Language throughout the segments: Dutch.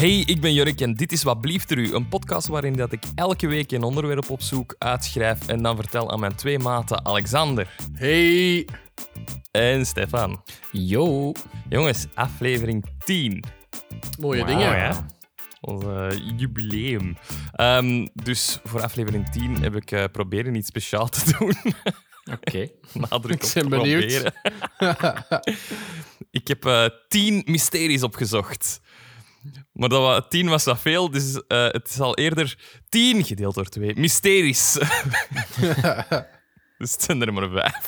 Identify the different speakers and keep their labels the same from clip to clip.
Speaker 1: Hey, ik ben Jurk en dit is Wat blieft er u? Een podcast waarin dat ik elke week een onderwerp opzoek, uitschrijf en dan vertel aan mijn twee maten Alexander
Speaker 2: Hey.
Speaker 1: en Stefan.
Speaker 3: Yo.
Speaker 1: Jongens, aflevering 10.
Speaker 2: Mooie dingen.
Speaker 1: Ja. Ons jubileum. Dus voor aflevering 10 heb ik proberen iets speciaals te doen.
Speaker 3: Oké.
Speaker 1: Nadruk op
Speaker 2: Ik ben benieuwd.
Speaker 1: proberen. Ik heb 10 mysteries opgezocht. Maar 10 was wat veel, dus het is al eerder 10 gedeeld door 2 mysteries. Dus het zijn er maar 5.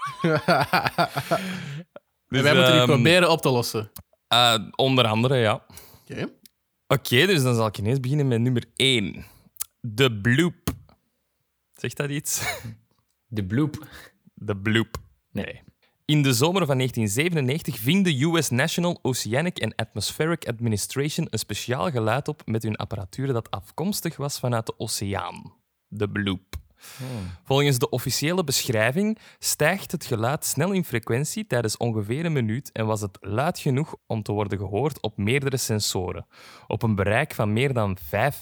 Speaker 2: En wij moeten die proberen op te lossen.
Speaker 1: Onder andere, ja.
Speaker 2: Oké.
Speaker 1: Oké, dus dan zal ik ineens beginnen met nummer 1. De bloop. Zegt dat iets?
Speaker 3: De bloop.
Speaker 1: De bloop.
Speaker 3: Nee.
Speaker 1: In de zomer van 1997 ving de US National Oceanic and Atmospheric Administration een speciaal geluid op met hun apparatuur dat afkomstig was vanuit de oceaan. De bloop. Volgens de officiële beschrijving stijgt het geluid snel in frequentie tijdens ongeveer een minuut en was het luid genoeg om te worden gehoord op meerdere sensoren, op een bereik van meer dan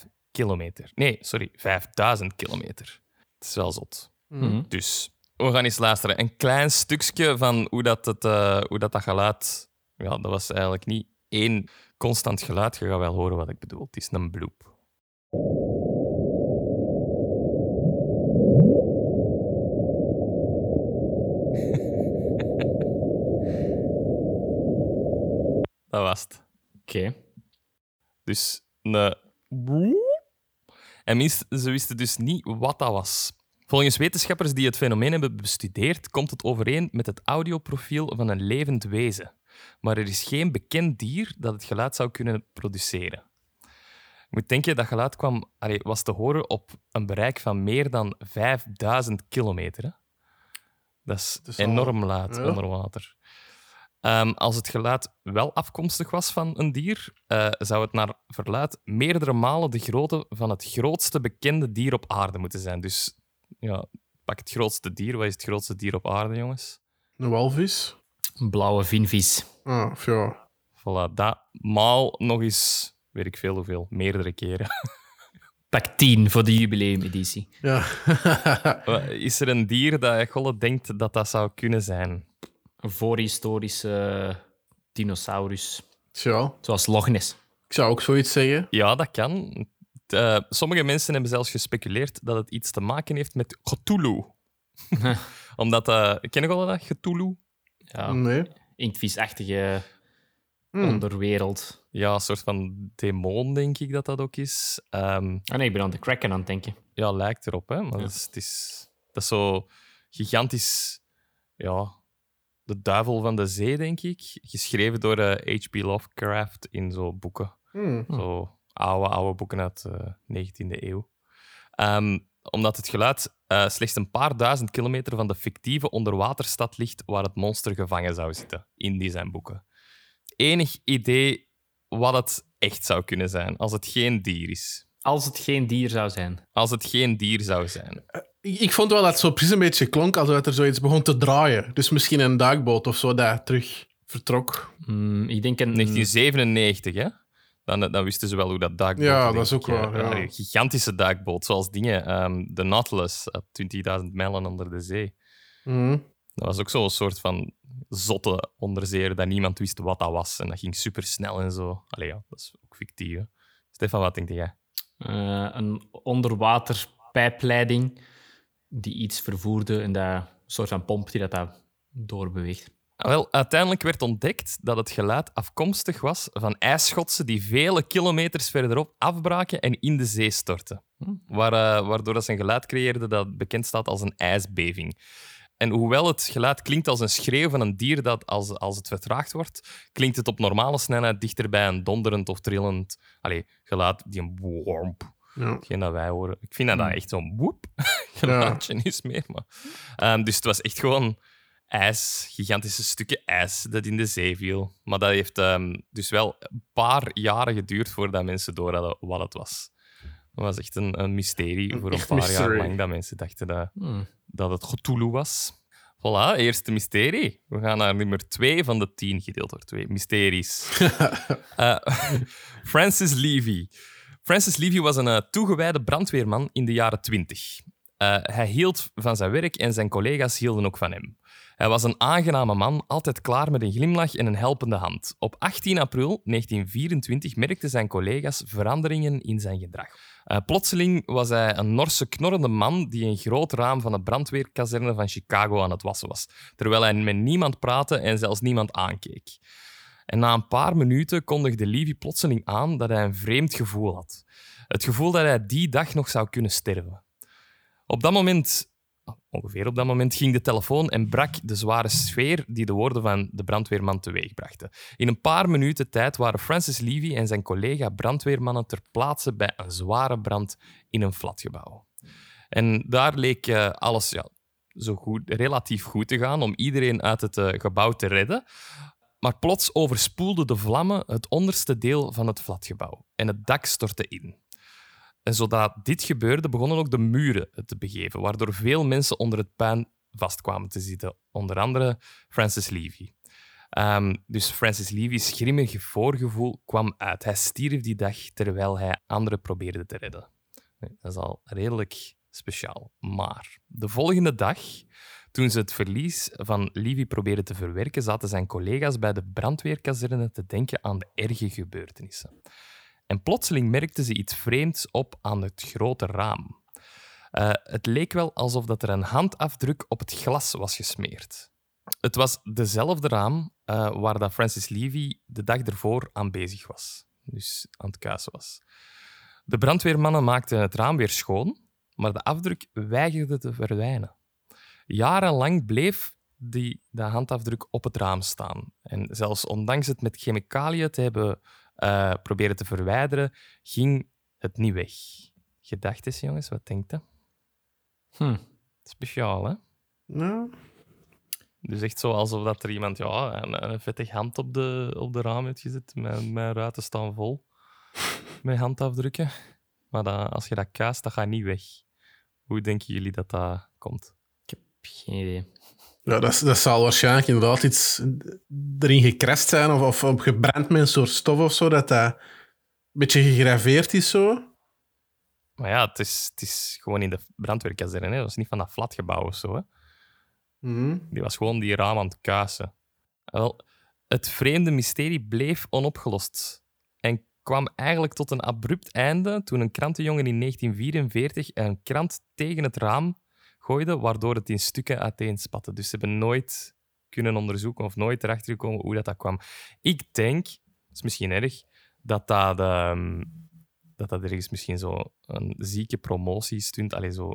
Speaker 1: 5000 kilometer. Het is wel zot. Dus we gaan eens luisteren. Een klein stukje van hoe dat geluid... Ja, dat was eigenlijk niet één constant geluid. Je gaat wel horen wat ik bedoel. Het is een bloop. Dat was het.
Speaker 3: Oké.
Speaker 1: Dus een... En ze wisten dus niet wat dat was. Volgens wetenschappers die het fenomeen hebben bestudeerd, komt het overeen met het audioprofiel van een levend wezen. Maar er is geen bekend dier dat het geluid zou kunnen produceren. Je moet denken, dat geluid was te horen op een bereik van meer dan 5000 kilometer. Hè? Dat is enorm luid onder water. Als het geluid wel afkomstig was van een dier, zou het naar verluidt meerdere malen de grootte van het grootste bekende dier op aarde moeten zijn. Dus ja, pak het grootste dier. Wat is het grootste dier op aarde, jongens?
Speaker 2: Een walvis.
Speaker 3: Een blauwe vinvis.
Speaker 2: Ah, of ja.
Speaker 1: Voilà, dat maal nog eens, weet ik veel hoeveel, meerdere keren.
Speaker 3: Pak 10 voor de jubileumeditie.
Speaker 2: Ja.
Speaker 1: Is er een dier dat je Golle denkt dat dat zou kunnen zijn?
Speaker 3: Een voorhistorische dinosaurus.
Speaker 2: Tja.
Speaker 3: Zoals Loch Ness.
Speaker 2: Ik zou ook zoiets zeggen.
Speaker 1: Ja, dat kan. Sommige mensen hebben zelfs gespeculeerd dat het iets te maken heeft met Cthulhu. Omdat, ken je al dat, Cthulhu?
Speaker 3: Ja.
Speaker 2: Nee.
Speaker 3: Inktvisachtige onderwereld.
Speaker 1: Ja, een soort van demon, denk ik dat dat ook is.
Speaker 3: Nee, ik ben aan de Kraken aan het denken.
Speaker 1: Ja, lijkt erop, hè. Maar
Speaker 3: Ja.
Speaker 1: dat is zo gigantisch... Ja, de duivel van de zee, denk ik. Geschreven door H.P. Lovecraft in zo'n boeken. Zo oude boeken uit de 19e eeuw. Omdat het geluid slechts een paar duizend kilometer van de fictieve onderwaterstad ligt waar het monster gevangen zou zitten, in die zijn boeken. Enig idee wat het echt zou kunnen zijn, als het geen dier is.
Speaker 3: Als het geen dier zou zijn.
Speaker 1: Als het geen dier zou zijn.
Speaker 2: Ik vond wel dat het zo precies een beetje klonk alsof er zoiets begon te draaien. Dus misschien een duikboot of zo dat terug vertrok.
Speaker 3: Ik denk een...
Speaker 1: 1997, hè? Dan wisten ze wel hoe dat duikboot...
Speaker 2: Ja,
Speaker 1: denk
Speaker 2: dat is ook
Speaker 1: ik,
Speaker 2: waar, ja.
Speaker 1: Een gigantische duikboot, zoals dingen. De Nautilus, 20.000 mijlen onder de zee. Dat was ook zo'n soort van zotte onderzeeër dat niemand wist wat dat was. En dat ging supersnel en zo. Allee, ja, dat is ook fictief. Hè? Stefan, wat denk jij?
Speaker 3: een onderwaterpijpleiding die iets vervoerde en dat een soort van pomp die dat doorbeweegt.
Speaker 1: Wel, uiteindelijk werd ontdekt dat het geluid afkomstig was van ijsschotsen die vele kilometers verderop afbraken en in de zee stortten. Waardoor dat ze een geluid creëerde dat bekend staat als een ijsbeving. En hoewel het geluid klinkt als een schreeuw van een dier dat, als het vertraagd wordt, klinkt het op normale snelheid dichter bij een donderend of trillend geluid die een wormp.
Speaker 2: Ja.
Speaker 1: Hetgeen dat wij horen. Ik vind dat echt zo'n woep geluidje is meer. Maar. Dus het was echt gewoon ijs, gigantische stukken ijs dat in de zee viel. Maar dat heeft dus wel een paar jaren geduurd voordat mensen door hadden wat het was. Dat was echt een mysterie voor een paar jaar lang dat mensen dachten dat het Cthulhu was. Voilà, eerste mysterie. We gaan naar nummer 2 van de 10, gedeeld door 2 mysteries. Francis Levy. Francis Levy was een toegewijde brandweerman in de jaren 20. Hij hield van zijn werk en zijn collega's hielden ook van hem. Hij was een aangename man, altijd klaar met een glimlach en een helpende hand. Op 18 april 1924 merkten zijn collega's veranderingen in zijn gedrag. Plotseling was hij een Norse knorrende man die een groot raam van de brandweerkazerne van Chicago aan het wassen was, terwijl hij met niemand praatte en zelfs niemand aankeek. En na een paar minuten kondigde Levy plotseling aan dat hij een vreemd gevoel had. Het gevoel dat hij die dag nog zou kunnen sterven. Ongeveer op dat moment ging de telefoon en brak de zware sfeer die de woorden van de brandweerman teweegbrachten. In een paar minuten tijd waren Francis Levy en zijn collega brandweermannen ter plaatse bij een zware brand in een flatgebouw. En daar leek alles relatief goed te gaan om iedereen uit het gebouw te redden. Maar plots overspoelden de vlammen het onderste deel van het flatgebouw en het dak stortte in. En zodra dit gebeurde, begonnen ook de muren te begeven, waardoor veel mensen onder het puin vast kwamen te zitten. Onder andere Francis Levy. Dus Francis Levy's grimmige voorgevoel kwam uit. Hij stierf die dag terwijl hij anderen probeerde te redden. Dat is al redelijk speciaal. Maar de volgende dag, toen ze het verlies van Levy probeerden te verwerken, zaten zijn collega's bij de brandweerkazerne te denken aan de erge gebeurtenissen. En plotseling merkten ze iets vreemds op aan het grote raam. Het leek wel alsof dat er een handafdruk op het glas was gesmeerd. Het was dezelfde raam waar dat Francis Levy de dag ervoor aan bezig was. Dus aan het kuisen was. De brandweermannen maakten het raam weer schoon, maar de afdruk weigerde te verdwijnen. Jarenlang bleef de handafdruk op het raam staan. En zelfs ondanks het met chemicaliën te hebben proberen te verwijderen, ging het niet weg. Gedachtes, jongens, wat denkt je? Speciaal, hè?
Speaker 2: Ja.
Speaker 1: Dus echt zo alsof dat er iemand een vettig hand op de raam heeft gezet. Mijn ruiten staan vol met handafdrukken. Maar als je dat kuist, dat gaat niet weg. Hoe denken jullie dat dat komt?
Speaker 3: Ik heb geen idee.
Speaker 2: Ja, dat zal waarschijnlijk inderdaad iets erin gecrest zijn of gebrand met een soort stof of zo, dat een beetje gegraveerd is zo.
Speaker 1: Maar ja, het is gewoon in de brandweerkazerne. Dat was niet van dat flatgebouw of zo. Hè? Die was gewoon die raam aan het kuisen. Wel, het vreemde mysterie bleef onopgelost en kwam eigenlijk tot een abrupt einde toen een krantenjongen in 1944 een krant tegen het raam gooide, waardoor het in stukken uiteenspatte. Dus ze hebben nooit kunnen onderzoeken of nooit erachter gekomen hoe dat kwam. Ik denk, dat is misschien erg, dat ergens misschien zo een zieke promotiestunt,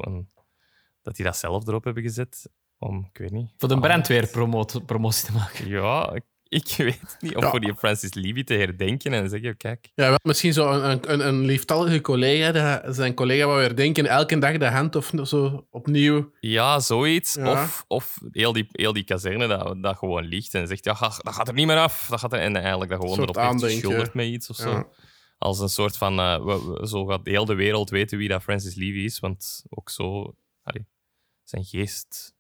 Speaker 1: dat die dat zelf erop hebben gezet. Ik weet niet.
Speaker 3: Voor de brandweerpromotie te maken.
Speaker 1: Ja, ik weet het niet. Of voor die Francis Levy te herdenken en zeggen, kijk.
Speaker 2: Ja, wel, misschien zo een lieftallige collega, zijn collega wou herdenken, elke dag de hand of zo opnieuw.
Speaker 1: Ja, zoiets.
Speaker 2: Ja.
Speaker 1: Of heel die kazerne dat gewoon ligt en zegt, ja, dat gaat er niet meer af. En eigenlijk dat gewoon erop heeft geschilderd met iets of zo.
Speaker 2: Ja.
Speaker 1: Als een soort van, zo gaat heel de wereld weten wie dat Francis Levy is, want ook zo, zijn geest...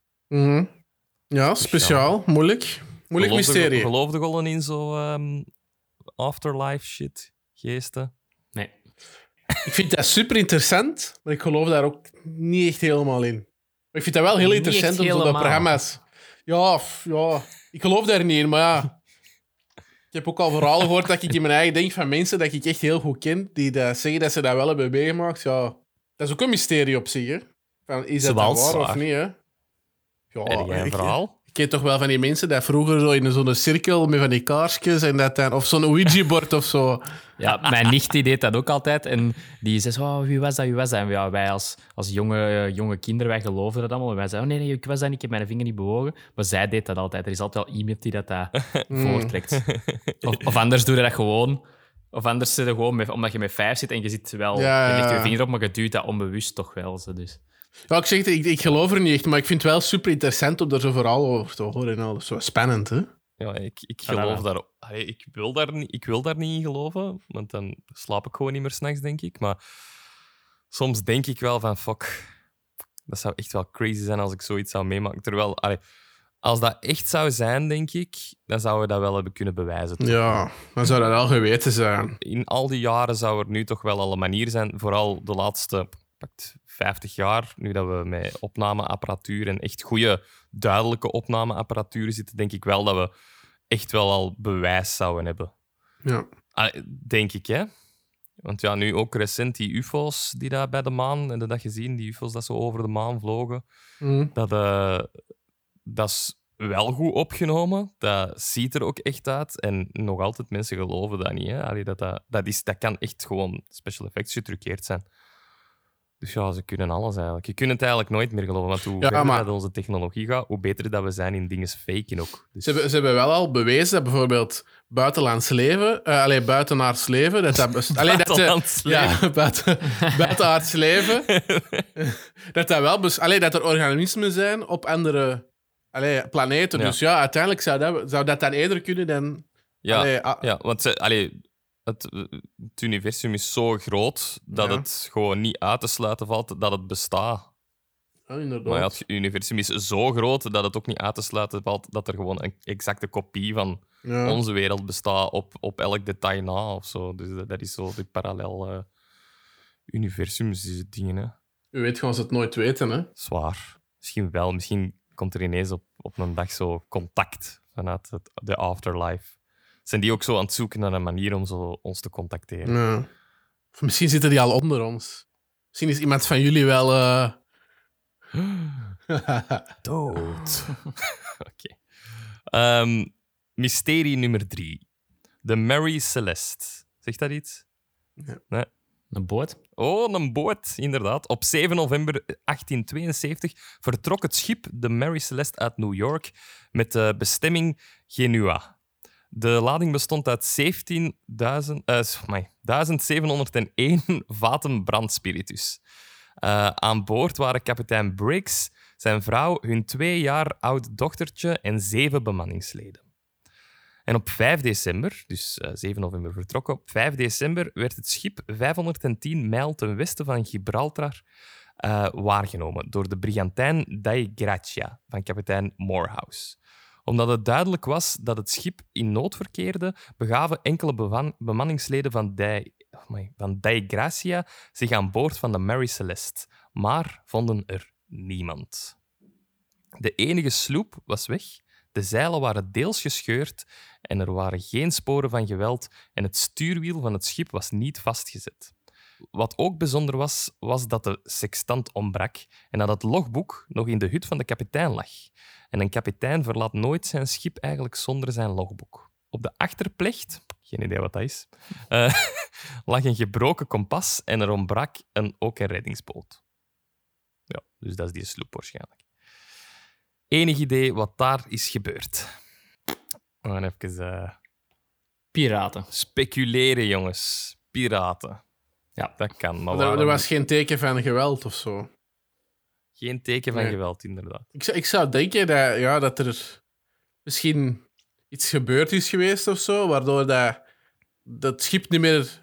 Speaker 2: Ja, speciaal. Moeilijk mysterie.
Speaker 1: Geloofde Golden in zo afterlife shit, geesten?
Speaker 3: Nee.
Speaker 2: Ik vind dat super interessant, maar ik geloof daar ook niet echt helemaal in. Maar ik vind dat wel heel
Speaker 3: Niet
Speaker 2: interessant
Speaker 3: echt
Speaker 2: om zo dat
Speaker 3: helemaal.
Speaker 2: programma's... Ja, ik geloof daar niet in, maar ja. Ik heb ook al verhalen gehoord dat ik in mijn eigen denk van mensen dat ik echt heel goed ken, die dat zeggen dat ze dat wel hebben meegemaakt. Ja, dat is ook een mysterie op zich, hè. Van, is dat dan waar of niet, hè? Ja,
Speaker 1: Heb jij een verhaal?
Speaker 2: Ik ken toch wel van die mensen dat vroeger zo in zo'n cirkel met van die kaarsjes en dat dan, of zo'n Ouija-bord of zo.
Speaker 3: Ja, mijn nicht die deed dat ook altijd. En die zei zo, wie was dat? En ja, wij als jonge kinderen, wij geloofden dat allemaal. En wij zeiden, nee, ik was dat niet, ik heb mijn vinger niet bewogen. Maar zij deed dat altijd. Er is altijd wel iemand die dat voortrekt. Of anders doe je dat gewoon. Of anders zit je gewoon, omdat je met 5 zit en je zit wel...
Speaker 2: Ja.
Speaker 3: Je legt je vinger op, maar je duwt dat onbewust toch wel. Zo, dus.
Speaker 2: Ja, ik zeg het, ik geloof er niet echt, maar ik vind het wel super interessant om daar zo verhaal over te horen. En al. Zo spannend, hè?
Speaker 1: Ja, ik geloof daar... Ik wil daar niet in geloven, want dan slaap ik gewoon niet meer 's nachts, denk ik. Maar soms denk ik wel van, fuck, dat zou echt wel crazy zijn als ik zoiets zou meemaken. Terwijl, Als dat echt zou zijn, denk ik, dan zouden we dat wel hebben kunnen bewijzen. toch?
Speaker 2: Ja, dan zou dat wel geweten zijn.
Speaker 1: In al die jaren zou er nu toch wel al een manier zijn, vooral de laatste 50 jaar, nu dat we met opnameapparatuur en echt goede, duidelijke opnameapparatuur zitten, denk ik wel dat we echt wel al bewijs zouden hebben.
Speaker 2: Ja.
Speaker 1: Denk ik, hè? Want ja, nu ook recent die UFO's die daar bij de maan, en dat gezien, die UFO's dat zo over de maan vlogen, dat is wel goed opgenomen. Dat ziet er ook echt uit. En nog altijd mensen geloven dat niet. Hè? Allee, dat kan echt gewoon special effects getruckeerd zijn. Dus ja, ze kunnen alles eigenlijk. Je kunt het eigenlijk nooit meer geloven. Want hoe verder dat onze technologie gaat, hoe beter dat we zijn in dingen faken ook. Dus...
Speaker 2: Ze hebben wel al bewezen dat bijvoorbeeld buitenlands leven, buitenaards leven, buitenaards leven, dat er organismen zijn op andere planeten.
Speaker 1: Ja.
Speaker 2: Dus ja, uiteindelijk zou dat dan eerder kunnen dan...
Speaker 1: Ja, want het universum is zo groot dat het gewoon niet uit te sluiten valt dat het bestaat.
Speaker 2: Ja, inderdaad.
Speaker 1: Maar ja, het universum is zo groot dat het ook niet uit te sluiten valt dat er gewoon een exacte kopie van onze wereld bestaat op elk detail na of zo. Dus dat is zo de parallel universumsdingen. Hè.
Speaker 2: U weet gewoon ze het nooit weten, hè?
Speaker 1: Zwaar. Misschien wel. Misschien komt er ineens op een dag zo contact vanuit de afterlife. Zijn die ook zo aan het zoeken naar een manier om zo ons te contacteren?
Speaker 2: Ja. Of misschien zitten die al onder ons. Misschien is iemand van jullie wel...
Speaker 1: Dood. Oké. Mysterie nummer 3. De Mary Celeste. Zegt dat iets?
Speaker 2: Ja.
Speaker 1: Nee.
Speaker 3: Een boot?
Speaker 1: Oh, een boot, inderdaad. Op 7 november 1872 vertrok het schip de Mary Celeste uit New York met de bestemming Genua. De lading bestond uit 1701 vaten brandspiritus. Aan boord waren kapitein Briggs, zijn vrouw, hun 2 jaar oud dochtertje en 7 bemanningsleden. En op 5 december, dus 7 november vertrokken, op 5 december werd het schip 510 mijl ten westen van Gibraltar waargenomen door de brigantijn Dei Gracia van kapitein Morehouse. Omdat het duidelijk was dat het schip in nood verkeerde, begaven enkele bemanningsleden van Dei Gracia zich aan boord van de Mary Celeste, maar vonden er niemand. De enige sloep was weg, de zeilen waren deels gescheurd en er waren geen sporen van geweld en het stuurwiel van het schip was niet vastgezet. Wat ook bijzonder was, was dat de sextant ontbrak en dat het logboek nog in de hut van de kapitein lag. En een kapitein verlaat nooit zijn schip eigenlijk zonder zijn logboek. Op de achterplecht, geen idee wat dat is, lag een gebroken kompas en er ontbrak ook een reddingsboot. Ja, dus dat is die sloep waarschijnlijk. Enig idee wat daar is gebeurd? We gaan even
Speaker 3: Piraten.
Speaker 1: speculeren, jongens. Piraten.
Speaker 3: Ja.
Speaker 1: Dat kan, maar
Speaker 2: Er was geen teken van geweld of zo.
Speaker 1: geen teken van
Speaker 2: Nee.
Speaker 1: geweld, inderdaad.
Speaker 2: Ik zou denken dat er misschien iets gebeurd is geweest of zo, waardoor dat schip niet meer...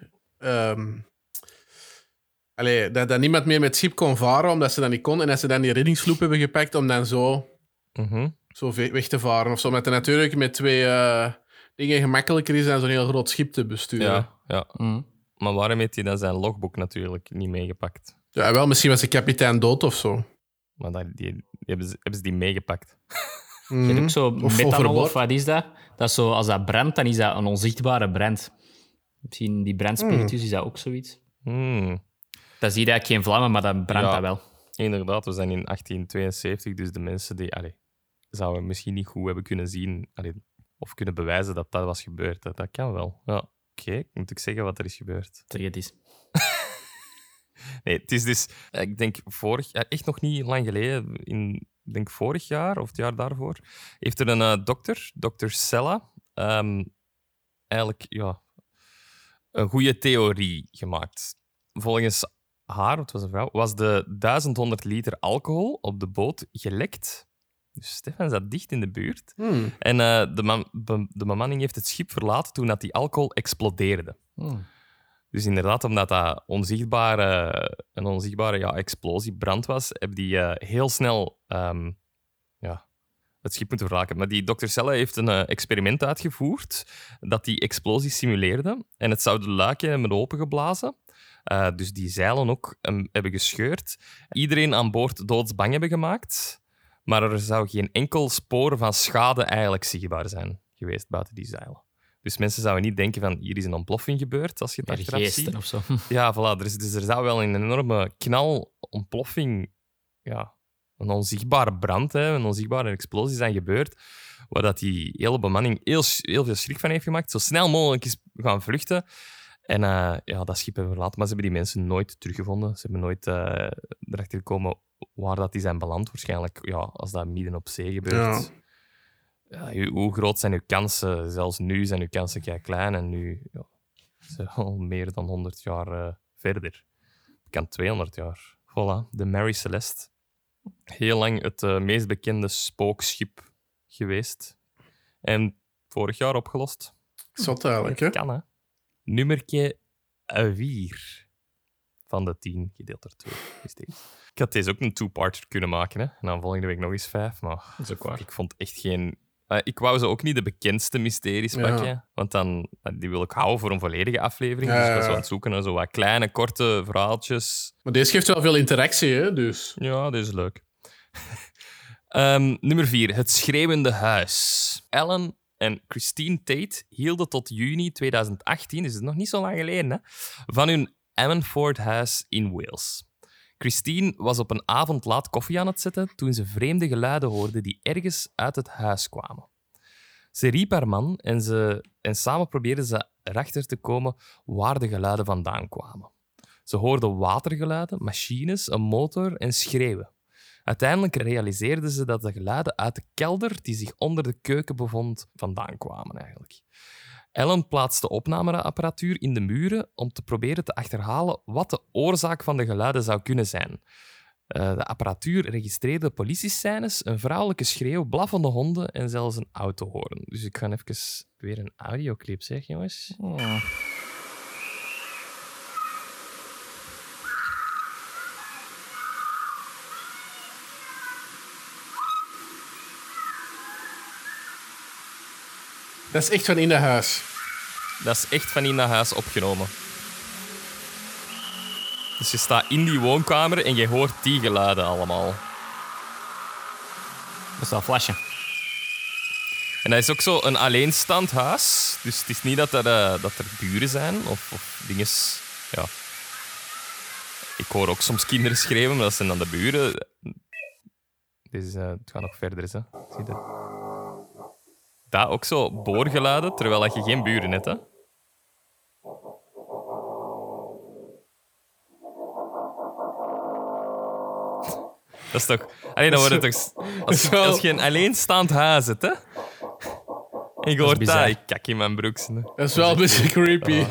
Speaker 2: dat niemand meer met het schip kon varen, omdat ze dat niet kon. En dat ze dan die reddingssloep hebben gepakt om dan zo weg te varen of zo. Met natuurlijk met 2 dingen gemakkelijker is dan zo'n heel groot schip te besturen.
Speaker 1: Ja. Maar waarom heeft hij dan zijn logboek natuurlijk niet meegepakt?
Speaker 2: Ja, wel, misschien was de kapitein dood of zo.
Speaker 1: Maar hebben ze die meegepakt.
Speaker 3: Je hebt ook zo
Speaker 2: Of
Speaker 3: methanol,
Speaker 2: overboord.
Speaker 3: of wat is dat? Dat is zo, als dat brandt, dan is dat een onzichtbare brand. Misschien die brandspiritus, is dat ook zoiets? Dat zie je eigenlijk geen vlammen, maar dat brandt dat wel.
Speaker 1: Inderdaad, we zijn in 1872, dus de mensen die zouden misschien niet goed hebben kunnen zien of kunnen bewijzen dat dat was gebeurd. Dat kan wel. Ja, oké. Moet ik zeggen wat er is gebeurd?
Speaker 3: Zeg het eens.
Speaker 1: Nee, het is dus, ik denk echt nog niet lang geleden, ik denk vorig jaar of het jaar daarvoor, heeft er een dokter Sella, eigenlijk een goede theorie gemaakt. Volgens haar, het was een vrouw, was de 1100 liter alcohol op de boot gelekt. Dus Stefan zat dicht in de buurt. En de bemanning heeft het schip verlaten toen dat die alcohol explodeerde. Dus inderdaad, omdat dat een onzichtbare explosie, brand was, hebben die heel snel het schip moeten verlaten. Maar die Dr. Celle heeft een experiment uitgevoerd dat die explosie simuleerde. En het zou de luiken hebben opengeblazen. Dus die zeilen ook hebben gescheurd. Iedereen aan boord doodsbang hebben gemaakt. Maar er zou geen enkel spoor van schade eigenlijk zichtbaar zijn geweest buiten die zeilen. Dus mensen zouden niet denken van hier is een ontploffing gebeurd als je het achteraf ziet.
Speaker 3: Geesten of zo.
Speaker 1: Ja, voilà. Dus er zou wel een enorme ontploffing, ja, een onzichtbare brand, een onzichtbare explosie zijn gebeurd, waar dat die hele bemanning heel veel schrik van heeft gemaakt. Zo snel mogelijk is gaan vluchten. En dat schip hebben verlaten. Maar ze hebben die mensen nooit teruggevonden. Ze hebben nooit erachter gekomen waar dat die zijn beland. Waarschijnlijk, ja, als dat midden op zee gebeurt. Ja, hoe groot zijn uw kansen? Zelfs nu zijn uw kansen kei klein. En nu zijn we al meer dan 100 jaar verder. Ik kan 200 jaar. Voilà, de Mary Celeste. Heel lang het meest bekende spookschip geweest. En vorig jaar opgelost.
Speaker 2: Zot eigenlijk, hè?
Speaker 1: Kan, hè? Nummertje 4 van de 10, gedeeld door 2. Ik had deze ook een two-parter kunnen maken, hè? En dan volgende week nog eens 5. Maar
Speaker 3: Dat is ook waar.
Speaker 1: ik vond echt geen... ik wou ze ook niet de bekendste mysteries pakken, want dan, die wil ik houden voor een volledige aflevering. Dus ik was zo aan het zoeken naar zo wat kleine, korte verhaaltjes.
Speaker 2: Maar deze geeft wel veel interactie, hè? Dus.
Speaker 1: Ja, deze is leuk. Nummer 4, het schreeuwende huis. Ellen en Christine Tate hielden tot juni 2018, dus het is nog niet zo lang geleden, hè, van hun Ammanford-huis in Wales. Christine was op een avond laat koffie aan het zetten toen ze vreemde geluiden hoorde die ergens uit het huis kwamen. Ze riep haar man en samen probeerden ze erachter te komen waar de geluiden vandaan kwamen. Ze hoorden watergeluiden, machines, een motor en schreeuwen. Uiteindelijk realiseerden ze dat de geluiden uit de kelder die zich onder de keuken bevond vandaan kwamen eigenlijk. Ellen plaatste opnameapparatuur in de muren om te proberen te achterhalen wat de oorzaak van de geluiden zou kunnen zijn. De apparatuur registreerde politiescènes, een vrouwelijke schreeuw, blaffende honden en zelfs een autohoorn. Dus ik ga even weer een audioclip zeggen, jongens.
Speaker 3: Oh.
Speaker 2: Dat is echt van in de huis.
Speaker 1: Dat is echt van in dat huis opgenomen. Dus je staat in die woonkamer en je hoort die geluiden allemaal.
Speaker 3: Dat is wel flashen.
Speaker 1: En dat is ook zo een alleenstaand huis. Dus het is niet dat er buren zijn of dingen. Ja. Ik hoor ook soms kinderen schreeuwen, maar dat zijn dan de buren. Dus, het gaat nog verder. Hè. Zie je dat ook zo boorgeluiden, terwijl je geen buren hebt. Hè. Dat is toch... Allee, dan wordt het toch... Als je een alleenstaand huis hebt, hè? En je hoort dat, ik kak in mijn broek.
Speaker 2: Dat is wel een beetje creepy.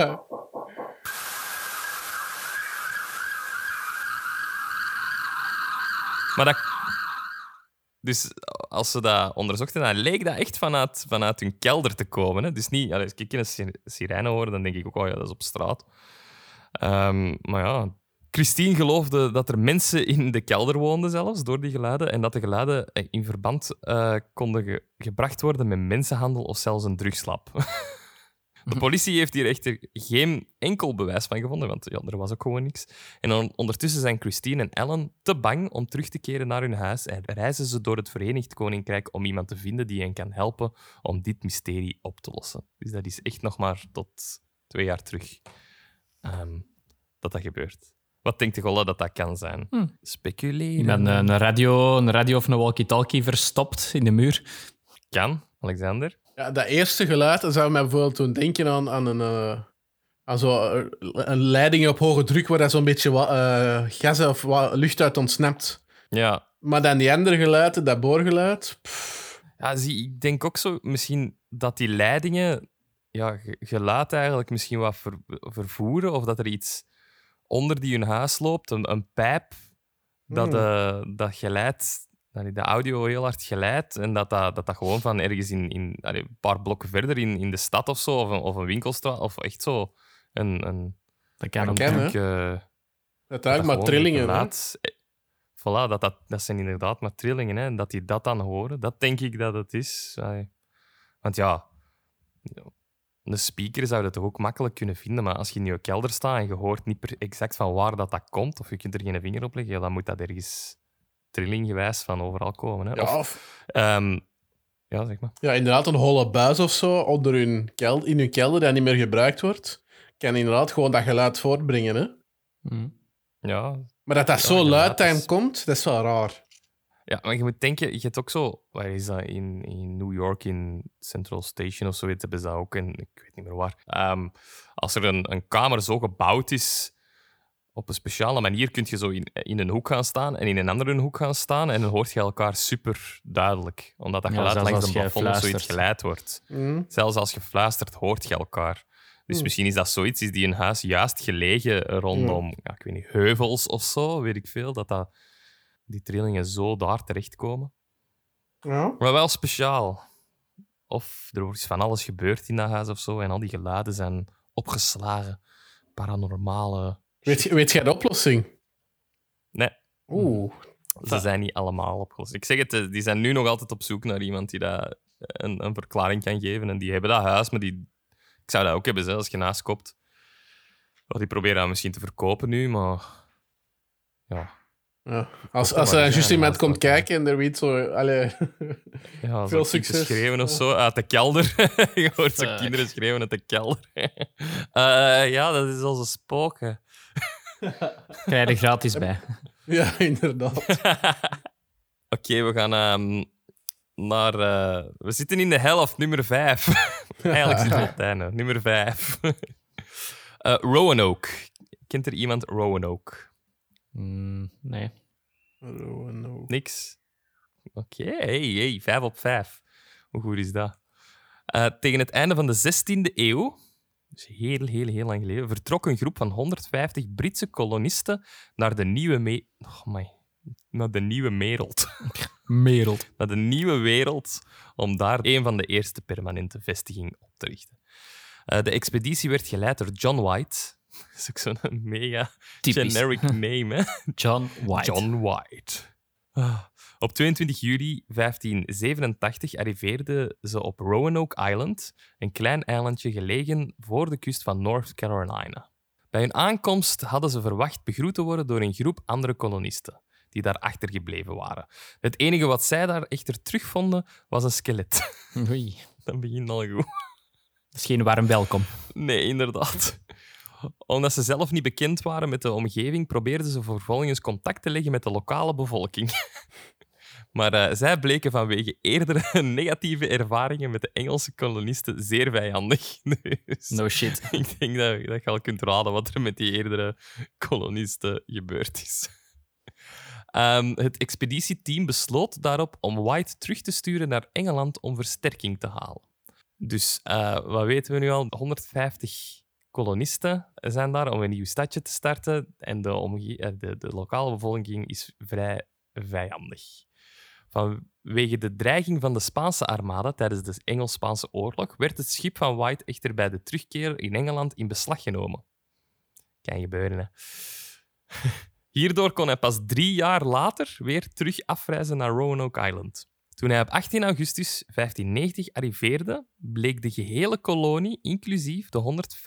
Speaker 1: Maar dat... Dus als ze dat onderzochten, dan leek dat echt vanuit hun kelder te komen. Hè? Dus niet... Als ik een sirene hoor, dan denk ik ook, oh ja, dat is op straat. Maar ja... Christine geloofde dat er mensen in de kelder woonden zelfs, door die geluiden, en dat de geluiden in verband konden gebracht worden met mensenhandel of zelfs een drugslab. De politie heeft hier echter geen enkel bewijs van gevonden, want ja, er was ook gewoon niks. En ondertussen zijn Christine en Ellen te bang om terug te keren naar hun huis en reizen ze door het Verenigd Koninkrijk om iemand te vinden die hen kan helpen om dit mysterie op te lossen. Dus dat is echt nog maar tot 2 jaar terug dat gebeurt. Wat denkt de Golle dat kan zijn? Speculeren.
Speaker 3: Met een radio of een walkie-talkie verstopt in de muur.
Speaker 1: Kan, Alexander?
Speaker 2: Ja, dat eerste geluid dat zou mij bijvoorbeeld doen denken aan een leiding op hoge druk waar dat zo'n beetje gas of lucht uit ontsnapt.
Speaker 1: Ja.
Speaker 2: Maar dan die andere geluiden, dat boorgeluid...
Speaker 1: Ja, zie, ik denk ook zo misschien dat die leidingen geluid eigenlijk misschien wat vervoeren of dat er iets onder die hun huis loopt, een pijp dat geleidt, dat de audio heel hard geleidt en dat gewoon van ergens in een paar blokken verder in de stad of zo, of een winkelstraat, of echt zo een
Speaker 3: Dat kan ook.
Speaker 2: Dat eigenlijk maar trillingen.
Speaker 1: voilà, dat zijn inderdaad maar trillingen. Hè, en dat die dat dan horen, dat denk ik dat het is. Want ja, een speaker zou dat toch ook makkelijk kunnen vinden, maar als je in je kelder staat en je hoort niet exact van waar dat komt, of je kunt er geen vinger op leggen, dan moet dat ergens trillinggewijs van overal komen. Hè.
Speaker 2: Ja,
Speaker 1: Ja, zeg maar.
Speaker 2: ja, inderdaad, een holle buis of zo onder in hun kelder dat niet meer gebruikt wordt, kan inderdaad gewoon dat geluid voortbrengen. Hè?
Speaker 1: Ja,
Speaker 2: Maar dat
Speaker 1: Ja,
Speaker 2: zo
Speaker 1: inderdaad,
Speaker 2: luid dan
Speaker 1: dus-
Speaker 2: komt, dat is wel raar.
Speaker 1: ja, maar je moet denken, je hebt ook zo... Waar is dat? In New York, in Central Station of zoiets, hebben ze dat ook. En ik weet niet meer waar. Als er een kamer zo gebouwd is, op een speciale manier kun je zo in een hoek gaan staan en in een andere hoek gaan staan en dan hoort je elkaar super duidelijk. Omdat dat
Speaker 3: Ja,
Speaker 1: geluid
Speaker 3: zelfs
Speaker 1: langs
Speaker 3: als
Speaker 1: de
Speaker 3: jij
Speaker 1: plafond of zoiets
Speaker 3: fluistert.
Speaker 1: geleid wordt.
Speaker 2: Hm?
Speaker 1: Zelfs als je fluistert, hoort je elkaar. Dus misschien is dat zoiets, is die een huis juist gelegen rondom, ja, ik weet niet, heuvels of zo, weet ik veel, dat die trillingen zo daar terechtkomen.
Speaker 2: Ja.
Speaker 1: Maar wel speciaal. Of er is van alles gebeurd in dat huis of zo en al die geluiden zijn opgeslagen. Paranormale...
Speaker 2: Weet jij de oplossing?
Speaker 1: Nee,
Speaker 2: Oeh.
Speaker 1: ze zijn niet allemaal opgelost. Ik zeg het, die zijn nu nog altijd op zoek naar iemand die dat een verklaring kan geven. En die hebben dat huis, maar ik zou dat ook hebben, als je naast kopt. Wel, die proberen dat misschien te verkopen nu, maar... Ja,
Speaker 2: Ja. Als
Speaker 1: dat
Speaker 2: er
Speaker 1: maar
Speaker 2: dan juist
Speaker 1: zijn,
Speaker 2: iemand
Speaker 1: naast
Speaker 2: komt
Speaker 1: dat,
Speaker 2: kijken en er weet zo... Allee.
Speaker 1: ja
Speaker 2: Veel
Speaker 1: zo
Speaker 2: succes.
Speaker 1: schreeuwen of zo uit de kelder. Je hoort zo
Speaker 3: Fuck.
Speaker 1: kinderen schreeuwen uit de kelder. Ja, dat is als een spook. Hè.
Speaker 3: Krijg je er gratis bij.
Speaker 2: Ja, inderdaad.
Speaker 1: Oké, we gaan naar... we zitten in de helft, nummer 5. Eigenlijk zitten we op het einde. Nummer 5. Roanoke. Kent er iemand Roanoke?
Speaker 3: Nee.
Speaker 2: Oh, no.
Speaker 1: Niks? Oké, hey, 5 op 5. Hoe goed is dat? Tegen het einde van de 16e eeuw, dus heel lang geleden, vertrok een groep van 150 Britse kolonisten naar de nieuwe naar de nieuwe wereld.
Speaker 3: Mereld.
Speaker 1: Naar de nieuwe wereld, om daar een van de eerste permanente vestigingen op te richten. De expeditie werd geleid door John White. Dat is ook zo'n mega
Speaker 3: Typisch.
Speaker 1: generic name, hè?
Speaker 3: John White.
Speaker 1: John White. Op 22 juli 1587 arriveerden ze op Roanoke Island, een klein eilandje gelegen voor de kust van North Carolina. Bij hun aankomst hadden ze verwacht begroet te worden door een groep andere kolonisten die daar achtergebleven waren. Het enige wat zij daar echter terugvonden was een skelet.
Speaker 3: Oei.
Speaker 1: Dat begint al goed.
Speaker 3: Dat is geen warm welkom.
Speaker 1: Nee, inderdaad. Omdat ze zelf niet bekend waren met de omgeving, probeerden ze vervolgens contact te leggen met de lokale bevolking. Maar zij bleken vanwege eerdere negatieve ervaringen met de Engelse kolonisten zeer vijandig. Dus
Speaker 3: No shit.
Speaker 1: ik denk dat je al kunt raden wat er met die eerdere kolonisten gebeurd is. Het expeditieteam besloot daarop om White terug te sturen naar Engeland om versterking te halen. Dus wat weten we nu al? 150 kolonisten zijn daar om een nieuw stadje te starten en de lokale bevolking is vrij vijandig. Vanwege de dreiging van de Spaanse armada tijdens de Engels-Spaanse oorlog werd het schip van White echter bij de terugkeer in Engeland in beslag genomen. Kan gebeuren, hè. Hierdoor kon hij pas 3 jaar later weer terug afreizen naar Roanoke Island. Toen hij op 18 augustus 1590 arriveerde, bleek de gehele kolonie, inclusief de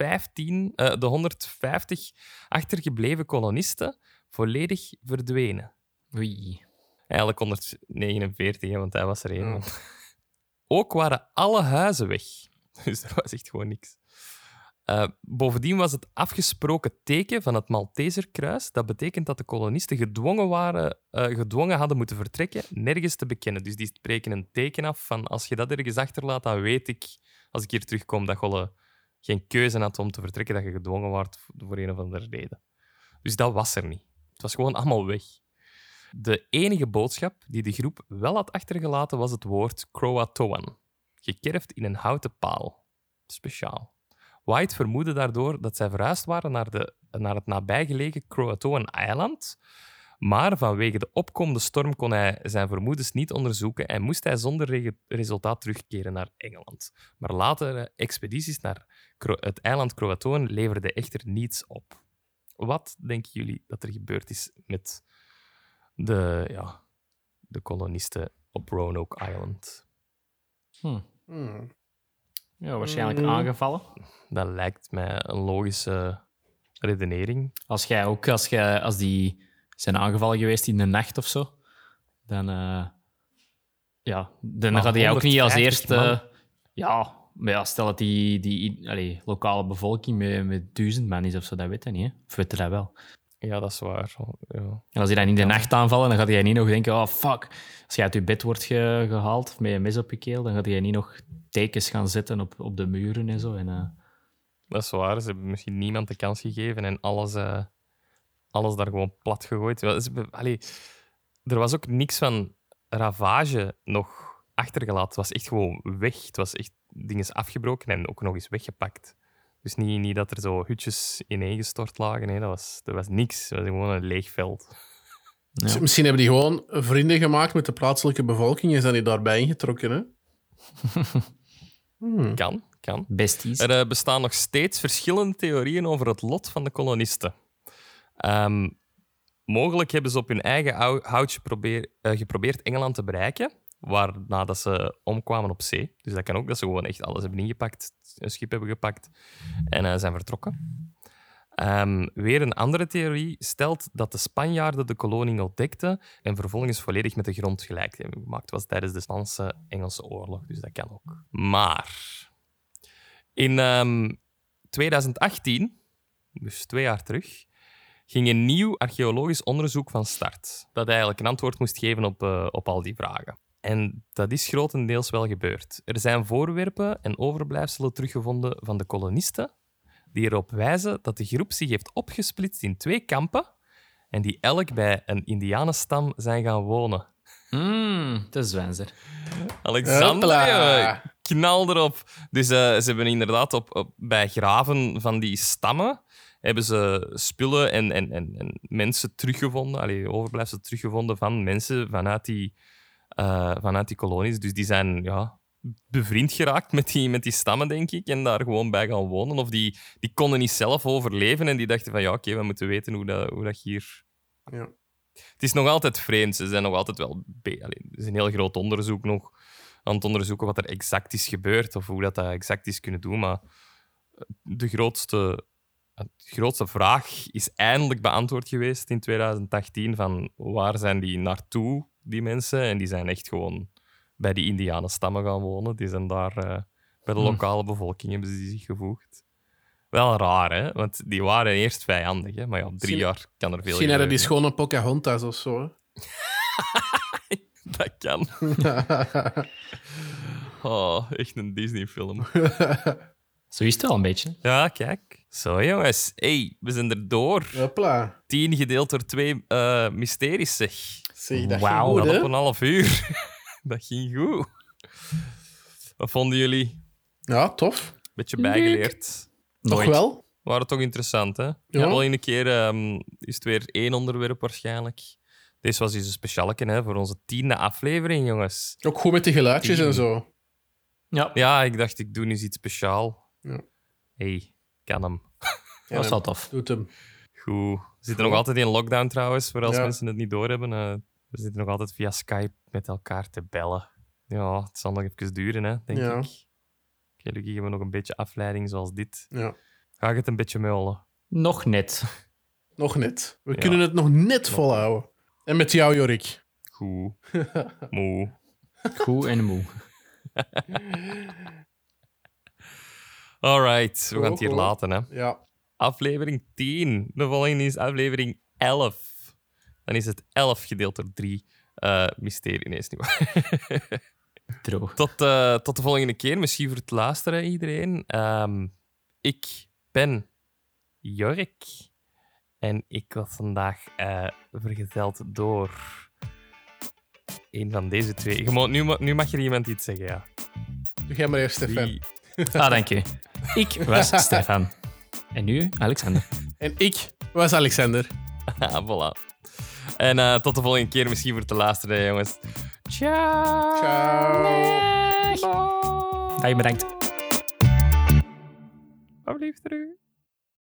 Speaker 1: 150 achtergebleven kolonisten, volledig verdwenen.
Speaker 3: Oei.
Speaker 1: Eigenlijk 149, hè, want hij was er één.
Speaker 2: Ja.
Speaker 1: Ook waren alle huizen weg. Dus er was echt gewoon niks. Bovendien was het afgesproken teken van het Malteserkruis. Dat betekent dat de kolonisten gedwongen hadden moeten vertrekken, nergens te bekennen. Dus die spreken een teken af van als je dat ergens achterlaat, dan weet ik, als ik hier terugkom, dat je geen keuze had om te vertrekken, dat je gedwongen wordt voor een of andere reden. Dus dat was er niet. Het was gewoon allemaal weg. De enige boodschap die de groep wel had achtergelaten was het woord Croatoan, gekerfd in een houten paal. Speciaal. White vermoedde daardoor dat zij verhuisd waren naar het nabijgelegen Croatoan Eiland, maar vanwege de opkomende storm kon hij zijn vermoedens niet onderzoeken en moest hij zonder resultaat terugkeren naar Engeland. Maar latere expedities naar het eiland Croatoan leverden echter niets op. Wat denken jullie dat er gebeurd is met de kolonisten op Roanoke Island.
Speaker 3: Ja, waarschijnlijk aangevallen.
Speaker 1: Dat lijkt mij een logische redenering.
Speaker 3: Als die zijn aangevallen geweest in de nacht of zo, dan gaat hij ook niet als
Speaker 1: 150
Speaker 3: eerste... Maar ja, stel dat die lokale bevolking met 1000 man is of zo, dat weet hij niet. Hè? Of weet hij dat wel?
Speaker 1: Ja, dat is waar. Ja.
Speaker 3: En als hij dan in de nacht aanvallen, dan gaat hij niet nog denken, oh fuck. Als je uit je bed wordt gehaald met een mes op je keel, dan gaat hij niet nog tekens gaan zetten op de muren en zo.
Speaker 1: Dat is waar. Ze hebben misschien niemand de kans gegeven en alles daar gewoon plat gegooid. Er was ook niks van ravage nog achtergelaten. Het was echt gewoon weg. Het was echt dingen afgebroken en ook nog eens weggepakt. Dus niet dat er zo hutjes ineengestort lagen. Nee, dat was niks. Het was gewoon een leeg veld.
Speaker 3: Ja.
Speaker 2: Misschien hebben die gewoon vrienden gemaakt met de plaatselijke bevolking en zijn die daarbij ingetrokken, hè?
Speaker 1: Kan.
Speaker 3: Besties.
Speaker 1: Er bestaan nog steeds verschillende theorieën over het lot van de kolonisten. Mogelijk hebben ze op hun eigen houtje geprobeerd Engeland te bereiken, waarna dat ze omkwamen op zee. Dus dat kan ook dat ze gewoon echt alles hebben ingepakt, een schip hebben gepakt en zijn vertrokken. Weer een andere theorie stelt dat de Spanjaarden de kolonie ontdekten en vervolgens volledig met de grond gelijk hebben gemaakt. Het was tijdens de Spaanse-Engelse oorlog, dus dat kan ook. Maar in 2018, dus 2 jaar terug, ging een nieuw archeologisch onderzoek van start, dat eigenlijk een antwoord moest geven op al die vragen. En dat is grotendeels wel gebeurd. Er zijn voorwerpen en overblijfselen teruggevonden van de kolonisten die erop wijzen dat de groep zich heeft opgesplitst in 2 kampen en die elk bij een indianenstam zijn gaan wonen.
Speaker 3: Dat is Zwijnser.
Speaker 1: Alexander, knal erop. Dus ze hebben inderdaad bij graven van die stammen hebben ze spullen en mensen teruggevonden, overblijfselen teruggevonden van mensen vanuit die kolonies. Dus die zijn bevriend geraakt met die stammen, denk ik, en daar gewoon bij gaan wonen. Of die konden niet zelf overleven en die dachten van oké, we moeten weten hoe dat hier...
Speaker 2: Ja.
Speaker 1: Het is nog altijd vreemd. Ze zijn nog altijd wel... Er is een heel groot onderzoek nog aan het onderzoeken wat er exact is gebeurd of hoe dat exact is kunnen doen. Maar de grootste vraag is eindelijk beantwoord geweest in 2018 van waar zijn die naartoe, die mensen? En die zijn echt gewoon bij die indianenstammen gaan wonen. Die zijn daar bij de lokale bevolking hebben ze zich gevoegd. Wel raar, hè? Want die waren eerst vijandig, hè? Maar ja, 3 jaar kan er veel
Speaker 2: Misschien hadden die
Speaker 1: gebeuren.
Speaker 2: schone Pocahontas of zo, hè?
Speaker 1: Dat kan. Oh, echt een Disney-film.
Speaker 3: Zo is het wel een beetje.
Speaker 1: Ja, kijk. Zo, jongens. Hey, we zijn er door.
Speaker 2: Hopla.
Speaker 1: 10 gedeeld door 2 mysteries, zeg.
Speaker 2: Zeg, dat
Speaker 3: Wauw,
Speaker 2: ging goed,
Speaker 1: Dat
Speaker 2: hè?
Speaker 1: op een half uur. Dat ging goed. Wat vonden jullie?
Speaker 2: Ja, tof.
Speaker 1: Beetje bijgeleerd.
Speaker 2: Toch
Speaker 3: Nooit.
Speaker 2: wel?
Speaker 1: Waren toch interessant, hè?
Speaker 2: Ja.
Speaker 1: Wel een keer is het weer 1 onderwerp waarschijnlijk. Deze was dus een specialeke, hè, voor onze 10e aflevering, jongens.
Speaker 2: Ook goed met die geluidjes
Speaker 1: 10.
Speaker 2: en zo.
Speaker 3: Ja,
Speaker 1: Ja, ik dacht, ik doe nu iets speciaal.
Speaker 2: Ja.
Speaker 1: Hey, kan hem.
Speaker 2: Ja,
Speaker 3: dat is wel tof.
Speaker 2: Doet hem.
Speaker 1: Goed. We zitten nog altijd in lockdown trouwens, voor als
Speaker 2: Ja.
Speaker 1: mensen het niet doorhebben. We zitten nog altijd via Skype met elkaar te bellen. Ja, het zal nog even duren, hè, denk
Speaker 2: Ja.
Speaker 1: ik. Gelukkig hebben we nog een beetje afleiding zoals dit.
Speaker 2: Ja.
Speaker 1: Ga ik het een beetje meulen?
Speaker 3: Nog net.
Speaker 2: Nog net. We
Speaker 1: Ja.
Speaker 2: kunnen het nog net volhouden. En met jou, Jorik.
Speaker 1: Goed. Moe.
Speaker 3: Goed en moe.
Speaker 1: Alright, we gaan het hier
Speaker 2: Goed.
Speaker 1: laten, hè.
Speaker 2: Ja.
Speaker 1: Aflevering 10. De volgende is aflevering 11. Dan is het 11 gedeeld door 3. Mysterie. Nee, is niet waar.
Speaker 3: Droog.
Speaker 1: Tot de volgende keer. Misschien voor het luisteren, iedereen. Ik ben Jorik. En ik was vandaag vergezeld door een van deze 2. Nu mag er iemand iets zeggen, ja.
Speaker 2: Doe jij maar eerst, Stefan.
Speaker 1: Wie-
Speaker 3: Dank u. Ik was Stefan. En nu Alexander.
Speaker 2: En ik was Alexander.
Speaker 1: Voilà. En tot de volgende keer, misschien voor te luisteren, jongens. Ciao.
Speaker 2: Ciao.
Speaker 3: Dag, bedankt.
Speaker 1: Alsjeblieft, terug.